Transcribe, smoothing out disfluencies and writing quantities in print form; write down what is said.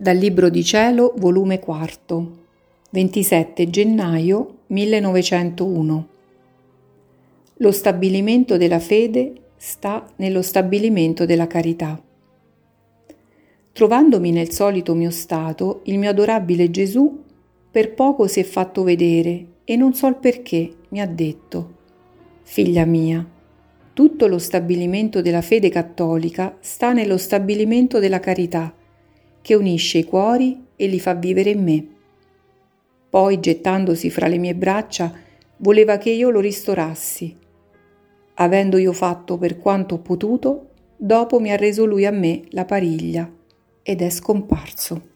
Dal Libro di Cielo, volume 4, 27 gennaio 1901. Lo stabilimento della fede sta nello stabilimento della carità. Trovandomi nel solito mio stato, il mio adorabile Gesù per poco si è fatto vedere e non so il perché mi ha detto: «Figlia mia, tutto lo stabilimento della fede cattolica sta nello stabilimento della carità, che unisce i cuori e li fa vivere in me». Poi, gettandosi fra le mie braccia, voleva che io lo ristorassi. Avendo io fatto per quanto ho potuto, dopo mi ha reso lui a me la pariglia ed è scomparso.